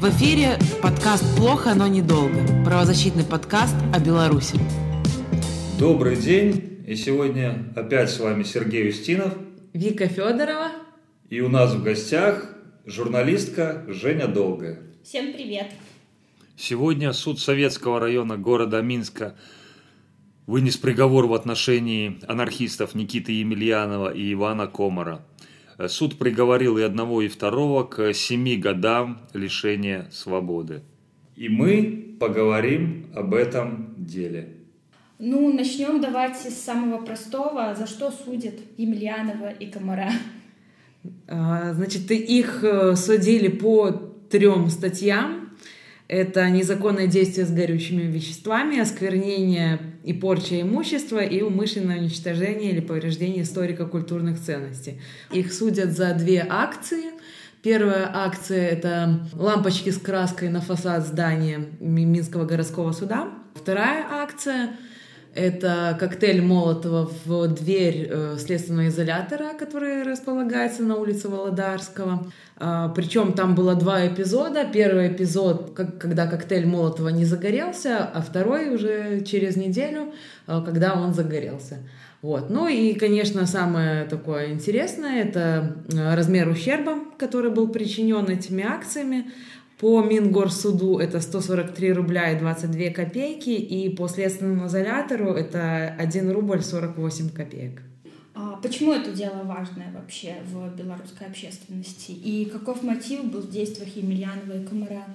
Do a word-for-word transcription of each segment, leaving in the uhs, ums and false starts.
В эфире подкаст «Плохо, но недолго». Правозащитный подкаст о Беларуси. Добрый день. И сегодня опять с вами Сергей Устинов, Вика Федорова. И у нас в гостях журналистка Женя Долгая. Всем привет. Сегодня суд Советского района города Минска вынес приговор в отношении анархистов Никиты Емельянова и Ивана Комара. Суд приговорил и одного, и второго к семи годам лишения свободы. И мы поговорим об этом деле. Ну, начнем давайте с самого простого. За что судят Емельянова и Комара? Значит, их судили по трем статьям. Это незаконное действие с горючими веществами, осквернение и порча имущества и умышленное уничтожение или повреждение историко-культурных ценностей. Их судят за две акции. Первая акция — это лампочки с краской на фасад здания Минского городского суда. Вторая акция — это коктейль Молотова в дверь следственного изолятора, который располагается на улице Володарского. Причем там было два эпизода. Первый эпизод, когда коктейль Молотова не загорелся, а второй уже через неделю, когда он загорелся. Вот. Ну и, конечно, самое такое интересное — это размер ущерба, который был причинен этими акциями. По Мингорсуду это сто сорок три рубля и двадцать две копейки, и по следственному изолятору это один рубль сорок восемь копеек. А почему это дело важное вообще в белорусской общественности? И каков мотив был в действиях Емельянова и Комара?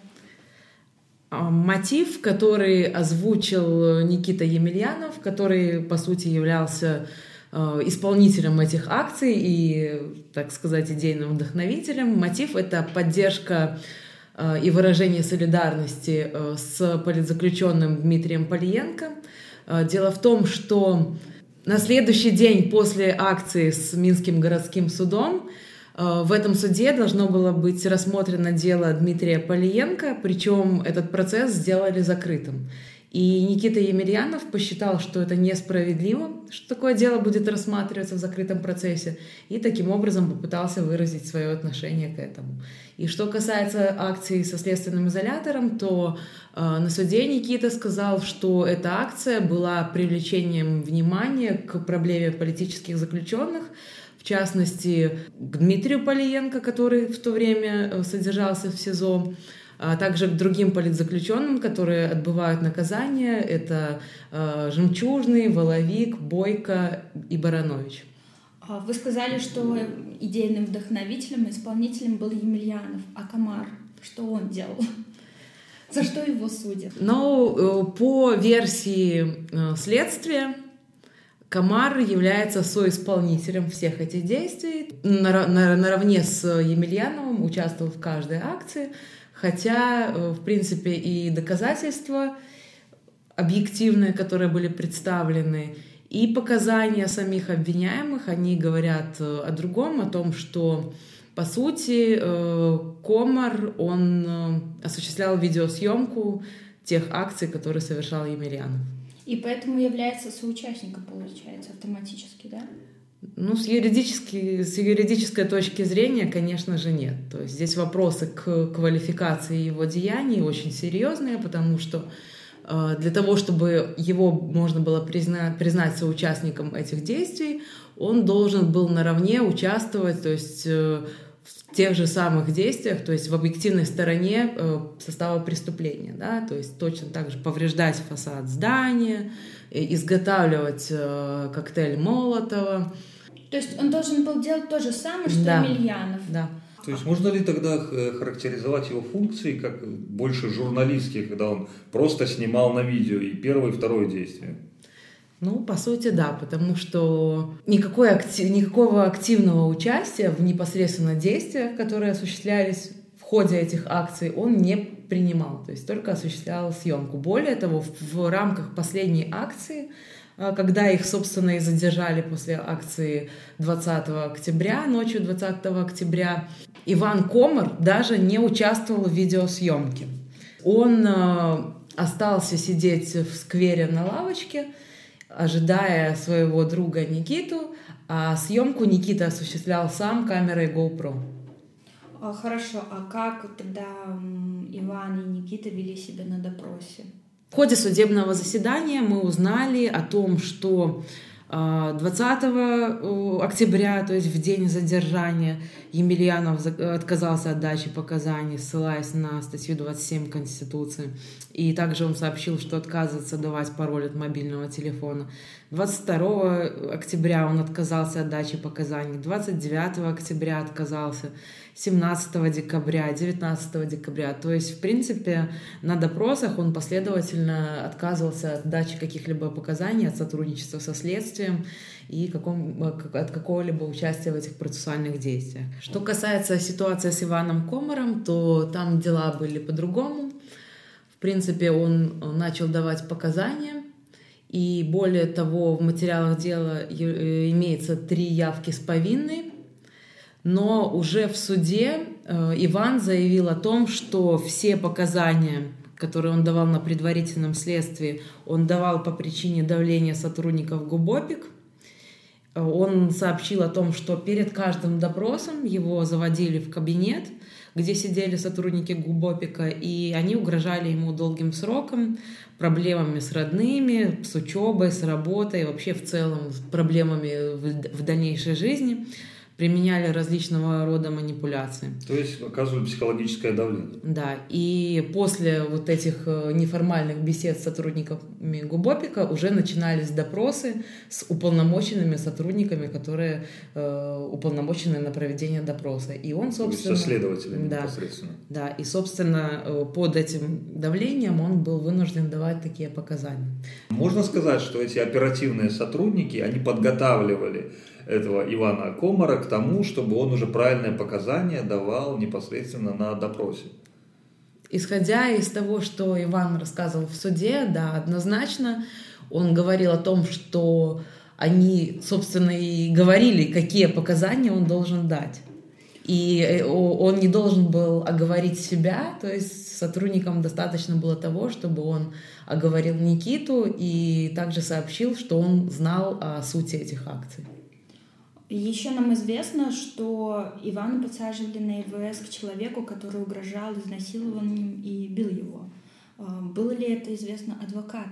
Мотив, который озвучил Никита Емельянов, который, по сути, являлся исполнителем этих акций и, так сказать, идейным вдохновителем. Мотив — это поддержка и выражение солидарности с политзаключенным Дмитрием Полиенко. Дело в том, что на следующий день после акции с Минским городским судом в этом суде должно было быть рассмотрено дело Дмитрия Полиенко, причем этот процесс сделали закрытым. И Никита Емельянов посчитал, что это несправедливо, что такое дело будет рассматриваться в закрытом процессе, и таким образом попытался выразить свое отношение к этому. И что касается акции со следственным изолятором, то э, на суде Никита сказал, что эта акция была привлечением внимания к проблеме политических заключенных, в частности, к Дмитрию Полиенко, который в то время содержался в СИЗО, а также к другим политзаключенным, которые отбывают наказание. Это э, Жемчужный, Воловик, Бойко и Баранович. Вы сказали, что идейным вдохновителем и исполнителем был Емельянов, а Комар, что он делал? За что его судят? Ну, по версии следствия, Комар является соисполнителем всех этих действий. Наравне с Емельяновым участвовал в каждой акции, хотя, в принципе, и доказательства объективные, которые были представлены, и показания самих обвиняемых, они говорят о другом, о том, что, по сути, Комар, он осуществлял видеосъемку тех акций, которые совершал Емельянов. И поэтому является соучастником, получается, автоматически, да? Ну, с юридической, с юридической точки зрения, конечно же, нет. То есть здесь вопросы к квалификации его деяний очень серьезные, потому что э, для того, чтобы его можно было признать, признать соучастником этих действий, он должен был наравне участвовать, то есть э, в тех же самых действиях, то есть в объективной стороне э, состава преступления, да, то есть точно так же повреждать фасад здания, изготавливать э, коктейль Молотова. То есть он должен был делать то же самое, что да. Емельянов. Да. То есть можно ли тогда характеризовать его функции как больше журналистские, когда он просто снимал на видео и первое, и второе действие? Ну, по сути, да, потому что никакой актив, никакого активного участия в непосредственно действиях, которые осуществлялись в ходе этих акций, он не принимал, то есть только осуществлял съемку. Более того, в, в рамках последней акции, когда их, собственно, и задержали после акции двадцатого октября, ночью двадцатого октября, Иван Комар даже не участвовал в видеосъемке. Он остался сидеть в сквере на лавочке, ожидая своего друга Никиту, а съемку Никита осуществлял сам камерой GoPro. А, хорошо, а как тогда Иван и Никита вели себя на допросе? В ходе судебного заседания мы узнали о том, что двадцатого октября, то есть в день задержания, Емельянов отказался от дачи показаний, ссылаясь на статью двадцать семь Конституции. И также он сообщил, что отказывается давать пароль от мобильного телефона. двадцать второго октября он отказался от дачи показаний, двадцать девятого октября отказался, семнадцатого декабря, девятнадцатого декабря. То есть, в принципе, на допросах он последовательно отказывался от дачи каких-либо показаний, от сотрудничества со следствием и каком, от какого-либо участия в этих процессуальных действиях. Что касается ситуации с Иваном Комаром, то там дела были по-другому. В принципе, он начал давать показания, и более того, в материалах дела имеется три явки с повинной. Но уже в суде Иван заявил о том, что все показания, которые он давал на предварительном следствии, он давал по причине давления сотрудников ГУБОПИК. Он сообщил о том, что перед каждым допросом его заводили в кабинет, где сидели сотрудники ГУБОПИКа, и они угрожали ему долгим сроком, проблемами с родными, с учебой, с работой, вообще в целом с проблемами в дальнейшей жизни. Применяли различного рода манипуляции. То есть оказывали психологическое давление. Да, и после вот этих неформальных бесед с сотрудниками ГУБОПИКа уже начинались допросы с уполномоченными сотрудниками, которые э, уполномочены на проведение допроса. И он, собственно... То есть со следователями да, непосредственно. Да, и, собственно, под этим давлением он был вынужден давать такие показания. Можно сказать, что эти оперативные сотрудники, они подготавливали этого Ивана Комара к тому, чтобы он уже правильные показания давал непосредственно на допросе. Исходя из того, что Иван рассказывал в суде, да, однозначно он говорил о том, что они, собственно, и говорили, какие показания он должен дать. И он не должен был оговорить себя, то есть сотрудникам достаточно было того, чтобы он оговорил Никиту и также сообщил, что он знал о сути этих акций. Еще нам известно, что Ивана подсаживали на ИВС к человеку, который угрожал изнасилованием и бил его. Было ли это известно адвокату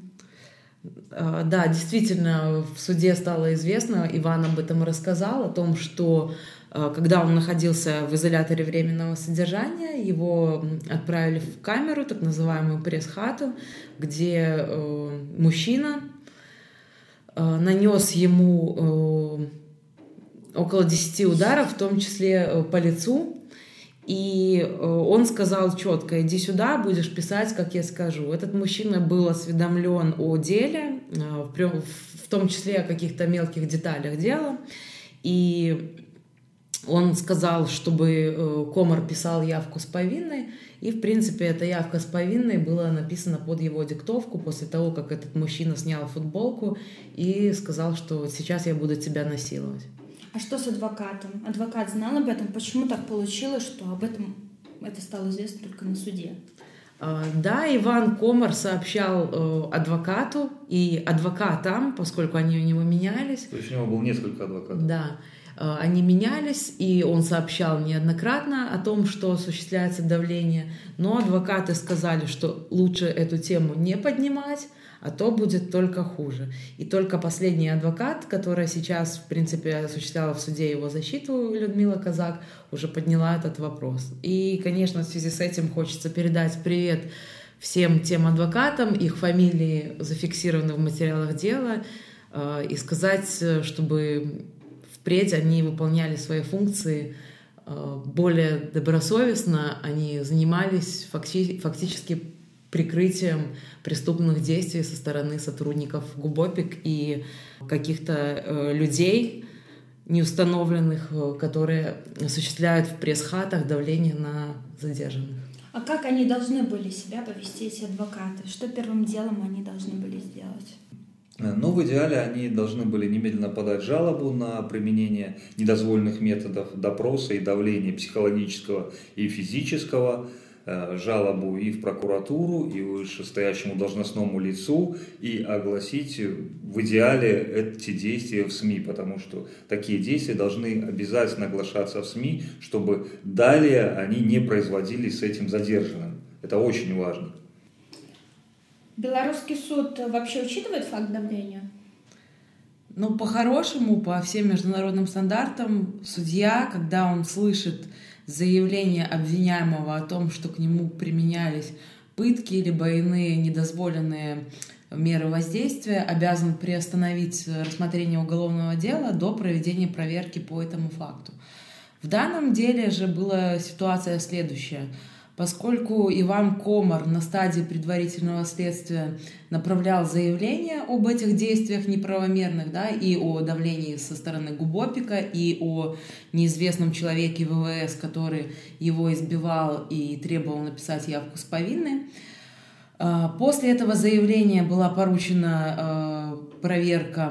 Ивана? Да, действительно, в суде стало известно, Иван об этом рассказал, о том, что когда он находился в изоляторе временного содержания, его отправили в камеру, так называемую пресс-хату, где мужчина нанес ему около десяти ударов, в том числе по лицу. И он сказал четко: иди сюда, будешь писать, как я скажу. Этот мужчина был осведомлен о деле, в том числе о каких-то мелких деталях дела. И он сказал, чтобы Комар писал явку с повинной. И, в принципе, эта явка с повинной была написана под его диктовку после того, как этот мужчина снял футболку и сказал, что сейчас я буду тебя насиловать. А что с адвокатом? Адвокат знал об этом? Почему так получилось, что об этом это стало известно только на суде? Да, Иван Комар сообщал адвокату и адвокатам, поскольку они у него менялись. То есть у него было несколько адвокатов. Да, они менялись, и он сообщал неоднократно о том, что осуществляется давление, но адвокаты сказали, что лучше эту тему не поднимать, а то будет только хуже. И только последний адвокат, которая сейчас, в принципе, осуществляла в суде его защиту, Людмила Казак, уже подняла этот вопрос. И, конечно, в связи с этим хочется передать привет всем тем адвокатам, их фамилии зафиксированы в материалах дела, и сказать, чтобы впредь они выполняли свои функции более добросовестно, они занимались факти- фактически прикрытием преступных действий со стороны сотрудников ГУБОПИК и каких-то э, людей неустановленных, которые осуществляют в пресс-хатах давление на задержанных. А как они должны были себя повести, эти адвокаты? Что первым делом они должны были сделать? Ну, в идеале они должны были немедленно подать жалобу на применение недозволенных методов допроса и давления психологического и физического жалобу и в прокуратуру, и вышестоящему должностному лицу, и огласить в идеале эти действия в СМИ, потому что такие действия должны обязательно оглашаться в СМИ, чтобы далее они не производились с этим задержанным. Это очень важно. Белорусский суд вообще учитывает факт давления? Ну, по-хорошему, по всем международным стандартам, судья, когда он слышит заявление обвиняемого о том, что к нему применялись пытки либо иные недозволенные меры воздействия, обязан приостановить рассмотрение уголовного дела до проведения проверки по этому факту. В данном деле же была ситуация следующая. Поскольку Иван Комар на стадии предварительного следствия направлял заявление об этих действиях неправомерных, да, и о давлении со стороны Губопика, и о неизвестном человеке ВВС, который его избивал и требовал написать явку с повинной, после этого заявления была поручена проверка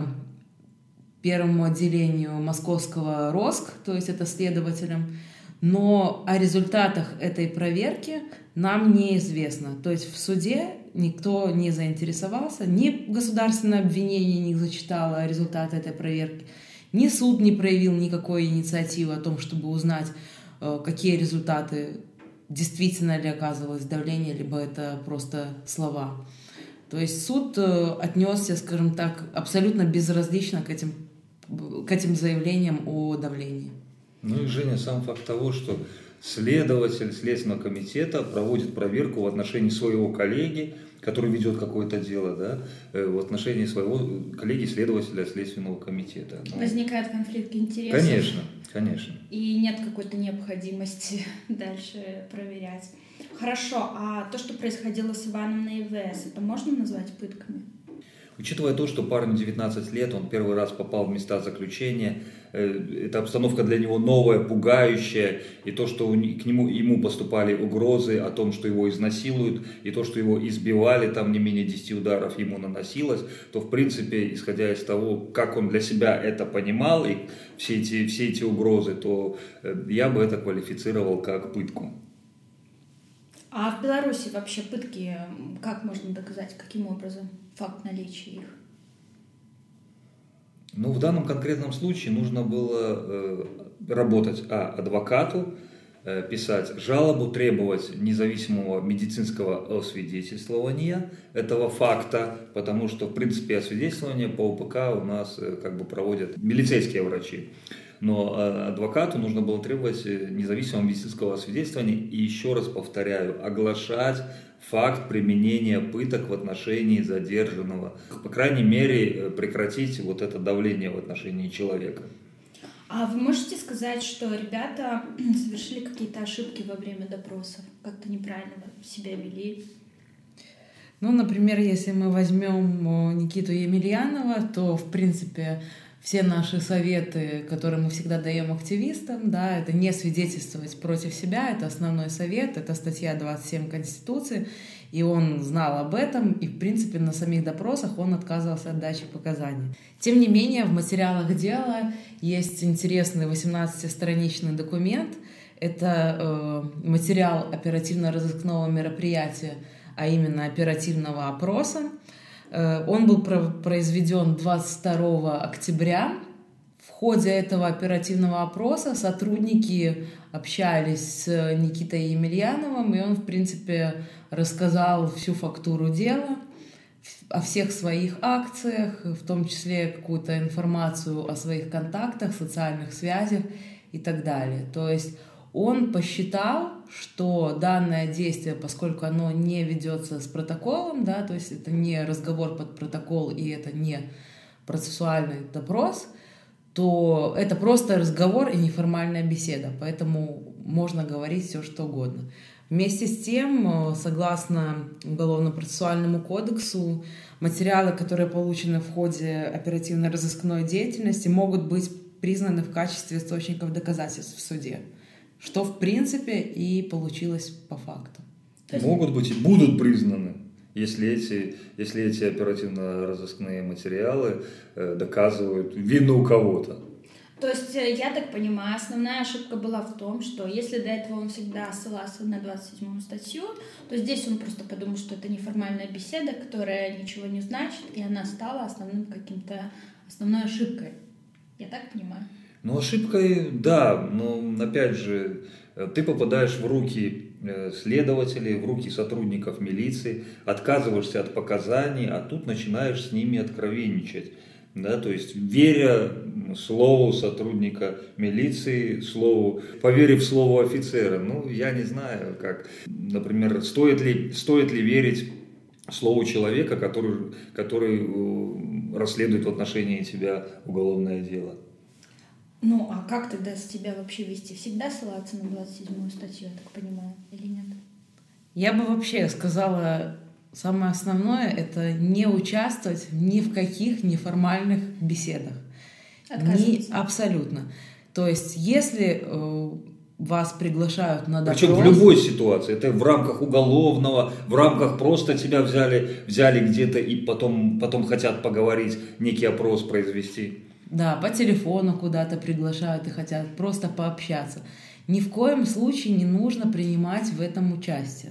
первому отделению московского РОСК, то есть это следователям, но о результатах этой проверки нам неизвестно. То есть в суде никто не заинтересовался, ни государственное обвинение не зачитало результаты этой проверки, ни суд не проявил никакой инициативы о том, чтобы узнать, какие результаты, действительно ли оказывалось давление, либо это просто слова. То есть суд отнесся, скажем так, абсолютно безразлично к этим, к этим заявлениям о давлении. Ну и, Женя, сам факт того, что следователь Следственного комитета проводит проверку в отношении своего коллеги, который ведет какое-то дело, да, в отношении своего коллеги-следователя Следственного комитета. Ну, возникает конфликт интересов. Конечно, конечно. И нет какой-то необходимости дальше проверять. Хорошо, а то, что происходило с Иваном на ИВС, это можно назвать пытками? Учитывая то, что парню девятнадцать лет, он первый раз попал в места заключения, эта обстановка для него новая, пугающая, и то, что к нему, ему поступали угрозы о том, что его изнасилуют, и то, что его избивали, там не менее десяти ударов ему наносилось, то, в принципе, исходя из того, как он для себя это понимал, и все эти, все эти угрозы, то я бы это квалифицировал как пытку. А в Беларуси вообще пытки как можно доказать, каким образом, факт наличия их? Ну, в данном конкретном случае нужно было э, работать а, адвокату, э, писать жалобу, требовать независимого медицинского освидетельствования этого факта, потому что, в принципе, освидетельствование по УПК у нас э, как бы проводят милицейские врачи. Но э, адвокату нужно было требовать независимого медицинского освидетельствования и, еще раз повторяю, оглашать факт применения пыток в отношении задержанного. По крайней мере, прекратить вот это давление в отношении человека. А вы можете сказать, что ребята совершили какие-то ошибки во время допросов? Как-то неправильно себя вели? Ну, например, если мы возьмем Никиту Емельянова, то, в принципе, все наши советы, которые мы всегда даем активистам, да, это не свидетельствовать против себя, это основной совет, это статья двадцать семь Конституции, и он знал об этом, и, в принципе, на самих допросах он отказывался от дачи показаний. Тем не менее, в материалах дела есть интересный восемнадцатистраничный документ, это э, материал оперативно-розыскного мероприятия, а именно оперативного опроса. Он был произведен двадцать второго октября. В ходе этого оперативного опроса сотрудники общались с Никитой Емельяновым, и он, в принципе, рассказал всю фактуру дела, о всех своих акциях, в том числе какую-то информацию о своих контактах, социальных связях и так далее. То есть он посчитал, что данное действие, поскольку оно не ведется с протоколом, да, то есть это не разговор под протокол и это не процессуальный допрос, то это просто разговор и неформальная беседа, поэтому можно говорить все, что угодно. Вместе с тем, согласно Уголовно-процессуальному кодексу, материалы, которые получены в ходе оперативно-розыскной деятельности, могут быть признаны в качестве источников доказательств в суде. Что, в принципе, и получилось по факту. Могут быть и будут признаны, если эти, если эти оперативно-розыскные материалы э, доказывают вину кого-то. То есть, я так понимаю, основная ошибка была в том, что если до этого он всегда ссылался на двадцать седьмую статью, то здесь он просто подумал, что это неформальная беседа, которая ничего не значит, и она стала основным каким-то, основной ошибкой. Я так понимаю? Ну, ошибкой, да, но опять же, ты попадаешь в руки следователей, в руки сотрудников милиции, отказываешься от показаний, а тут начинаешь с ними откровенничать. Да, то есть, веря слову сотрудника милиции, слову, поверив слову офицера, ну, я не знаю, как, например, стоит ли, стоит ли верить слову человека, который, который расследует в отношении тебя уголовное дело. Ну, а как тогда с тебя вообще вести? Всегда ссылаться на двадцать седьмую статью, я так понимаю, или нет? Я бы вообще сказала... Самое основное – это не участвовать ни в каких неформальных беседах. Ни, абсолютно. То есть, если э, вас приглашают на допрос... Причем в любой ситуации. Это в рамках уголовного, в рамках просто тебя взяли, взяли где-то и потом, потом хотят поговорить, некий опрос произвести. Да, по телефону куда-то приглашают и хотят просто пообщаться. Ни в коем случае не нужно принимать в этом участие.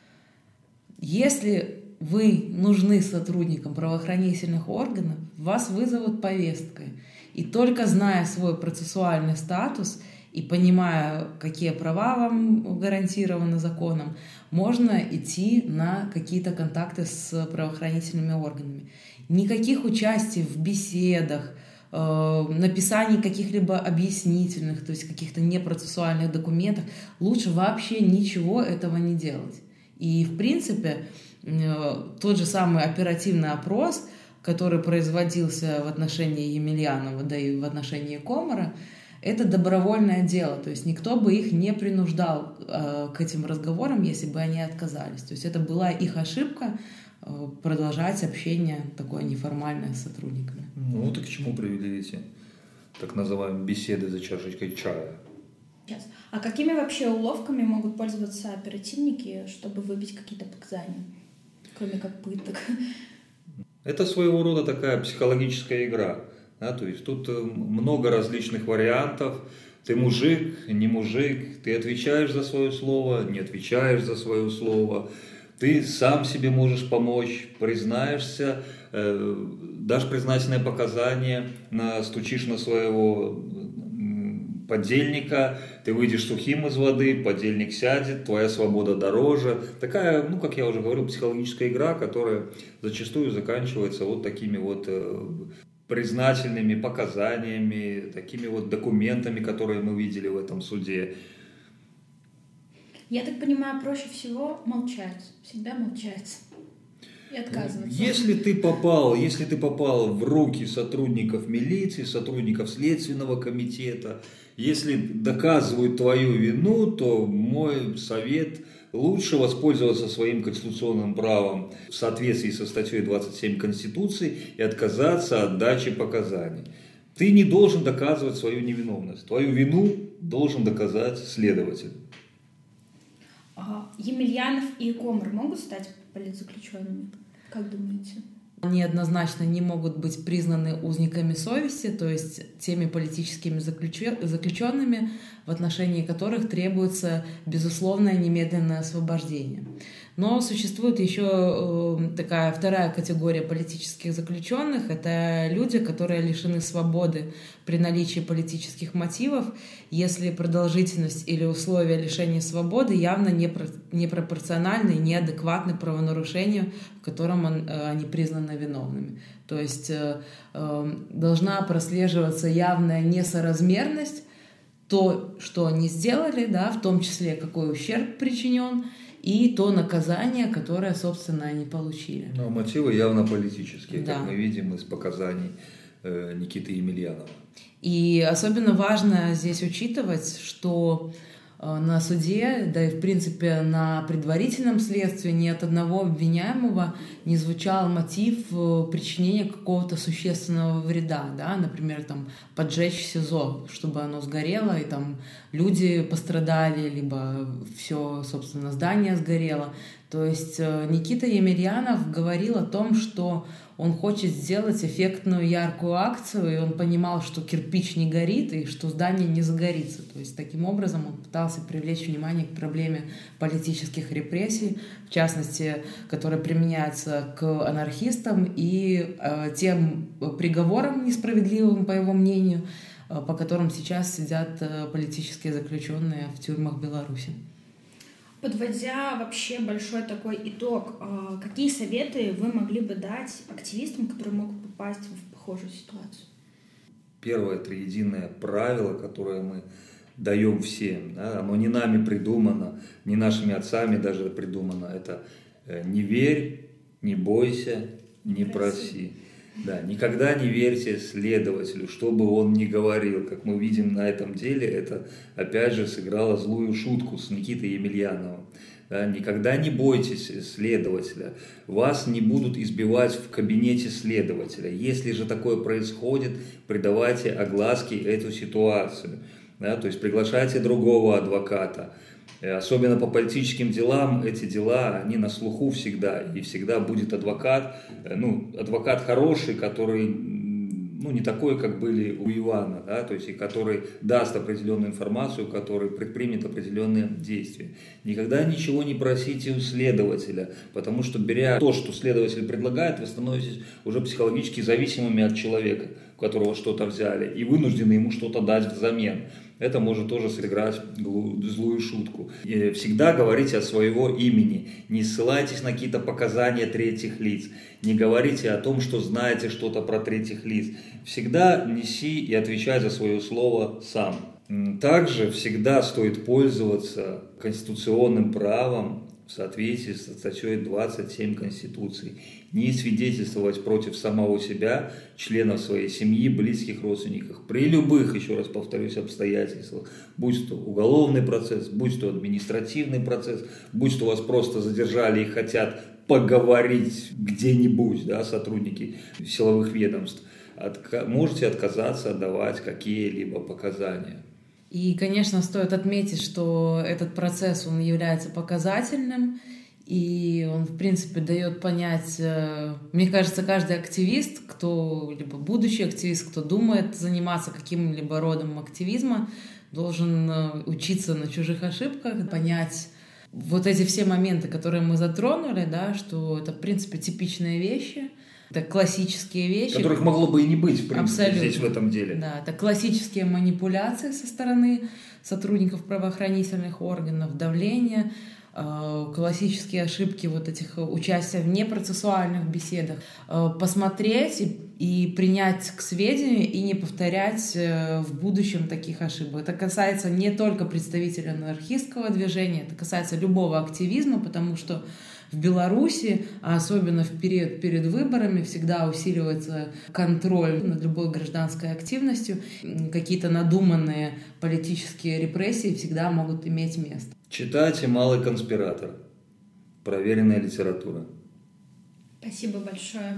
Если вы нужны сотрудникам правоохранительных органов, вас вызовут повесткой. И только зная свой процессуальный статус и понимая, какие права вам гарантированы законом, можно идти на какие-то контакты с правоохранительными органами. Никаких участий в беседах, написании каких-либо объяснительных, то есть каких-то непроцессуальных документов, лучше вообще ничего этого не делать. И, в принципе, тот же самый оперативный опрос, который производился в отношении Емельянова, да и в отношении Комара, это добровольное дело. То есть никто бы их не принуждал к этим разговорам, если бы они отказались. То есть это была их ошибка продолжать общение такое неформальное с сотрудниками. Ну вот и к чему привели эти так называемые беседы за чашечкой чая. Сейчас. А какими вообще уловками могут пользоваться оперативники, чтобы выбить какие-то показания, кроме как пыток? Это своего рода такая психологическая игра. Да? То есть тут много различных вариантов. Ты мужик, не мужик, ты отвечаешь за свое слово, не отвечаешь за свое слово. Ты сам себе можешь помочь, признаешься, э, дашь признательное показание, настучишь на своего подельника, ты выйдешь сухим из воды, подельник сядет, твоя свобода дороже. Такая, ну, как я уже говорил, психологическая игра, которая зачастую заканчивается вот такими вот э, признательными показаниями, такими вот документами, которые мы видели в этом суде. Я так понимаю, проще всего молчать, всегда молчать и отказываться. Если ты попал, если ты попал в руки сотрудников милиции, сотрудников Следственного комитета, если доказывают твою вину, то мой совет – лучше воспользоваться своим конституционным правом в соответствии со статьей двадцать семь Конституции и отказаться от дачи показаний. Ты не должен доказывать свою невиновность. Твою вину должен доказать следователь. Емельянов и Комар могут стать политзаключенными? Как думаете? Они однозначно не могут быть признаны узниками совести, то есть теми политическими заключенными, в отношении которых требуется безусловное немедленное освобождение. Но существует еще такая вторая категория политических заключенных. Это люди, которые лишены свободы при наличии политических мотивов, если продолжительность или условия лишения свободы явно непропорциональны и неадекватны правонарушению, в котором они признаны виновными. То есть должна прослеживаться явная несоразмерность, то, что они сделали, да, в том числе какой ущерб причинен, и то наказание, которое, собственно, они получили. Но мотивы явно политические, да. Как мы видим из показаний э, Никиты Емельянова. И особенно важно здесь учитывать, что э, на суде, да и в принципе на предварительном следствии ни от одного обвиняемого не звучал мотив э, причинения какого-то существенного вреда, да, например, там поджечь СИЗО, чтобы оно сгорело и там люди пострадали, либо все, собственно, здание сгорело. То есть Никита Емельянов говорил о том, что он хочет сделать эффектную яркую акцию, и он понимал, что кирпич не горит и что здание не загорится. То есть таким образом он пытался привлечь внимание к проблеме политических репрессий, в частности, которые применяются к анархистам и э, тем приговорам несправедливым, по его мнению, э, по которым сейчас сидят э, политические заключенные в тюрьмах Беларуси. Подводя вообще большой такой итог, какие советы вы могли бы дать активистам, которые могут попасть в похожую ситуацию? Первое триединое правило, которое мы даем всем, да, оно не нами придумано, не нашими отцами даже придумано, это не верь, не бойся, не проси. Да, никогда не верьте следователю, что бы он ни говорил. Как мы видим на этом деле, это опять же сыграло злую шутку с Никитой Емельяновым. Да, никогда не бойтесь следователя. Вас не будут избивать в кабинете следователя. Если же такое происходит, придавайте огласке эту ситуацию. Да, то есть приглашайте другого адвоката. Особенно по политическим делам, эти дела, они на слуху всегда, и всегда будет адвокат, ну, адвокат хороший, который, ну, не такой, как были у Ивана, да, то есть, и который даст определенную информацию, который предпримет определенные действия. Никогда ничего не просите у следователя, потому что, беря то, что следователь предлагает, вы становитесь уже психологически зависимыми от человека, у которого что-то взяли, и вынуждены ему что-то дать взамен. Это может тоже сыграть злую шутку. И всегда говорите от своего имени. Не ссылайтесь на какие-то показания третьих лиц. Не говорите о том, что знаете что-то про третьих лиц. Всегда неси и отвечай за свое слово сам. Также всегда стоит пользоваться конституционным правом в соответствии с статьей двадцать семь Конституции. Не свидетельствовать против самого себя, членов своей семьи, близких родственников, при любых, еще раз повторюсь, обстоятельствах, будь то уголовный процесс, будь то административный процесс, будь то вас просто задержали и хотят поговорить где-нибудь, да, сотрудники силовых ведомств, отка- можете отказаться отдавать какие-либо показания. И, конечно, стоит отметить, что этот процесс, он является показательным, и он, в принципе, дает понять, мне кажется, каждый активист, кто, либо будущий активист, кто думает заниматься каким-либо родом активизма, должен учиться на чужих ошибках, понять вот эти все моменты, которые мы затронули, да, что это, в принципе, типичные вещи, это классические вещи. Которых могло бы и не быть, в принципе, абсолютно. Здесь в этом деле. Да, это классические манипуляции со стороны сотрудников правоохранительных органов, давление, классические ошибки вот этих участия в непроцессуальных беседах. Посмотреть и, и принять к сведению и не повторять в будущем таких ошибок. Это касается не только представителей анархистского движения, это касается любого активизма, потому что в Беларуси, а особенно в период перед выборами, всегда усиливается контроль над любой гражданской активностью. Какие-то надуманные политические репрессии всегда могут иметь место. Читайте «Малый конспиратор». Проверенная литература. Спасибо большое.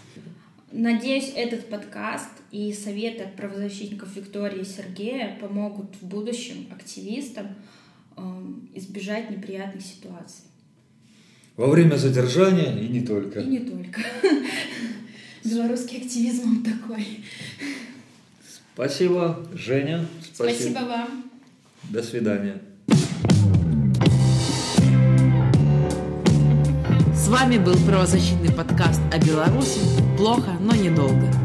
Надеюсь, этот подкаст и советы от правозащитников Виктории и Сергея помогут в будущем активистам э, избежать неприятных ситуаций. Во время задержания и не только. И не только. Белорусский активизм он такой. Спасибо, Женя. Спасибо, спасибо вам. До свидания. С вами был правозащитный подкаст о Беларуси. Плохо, но недолго.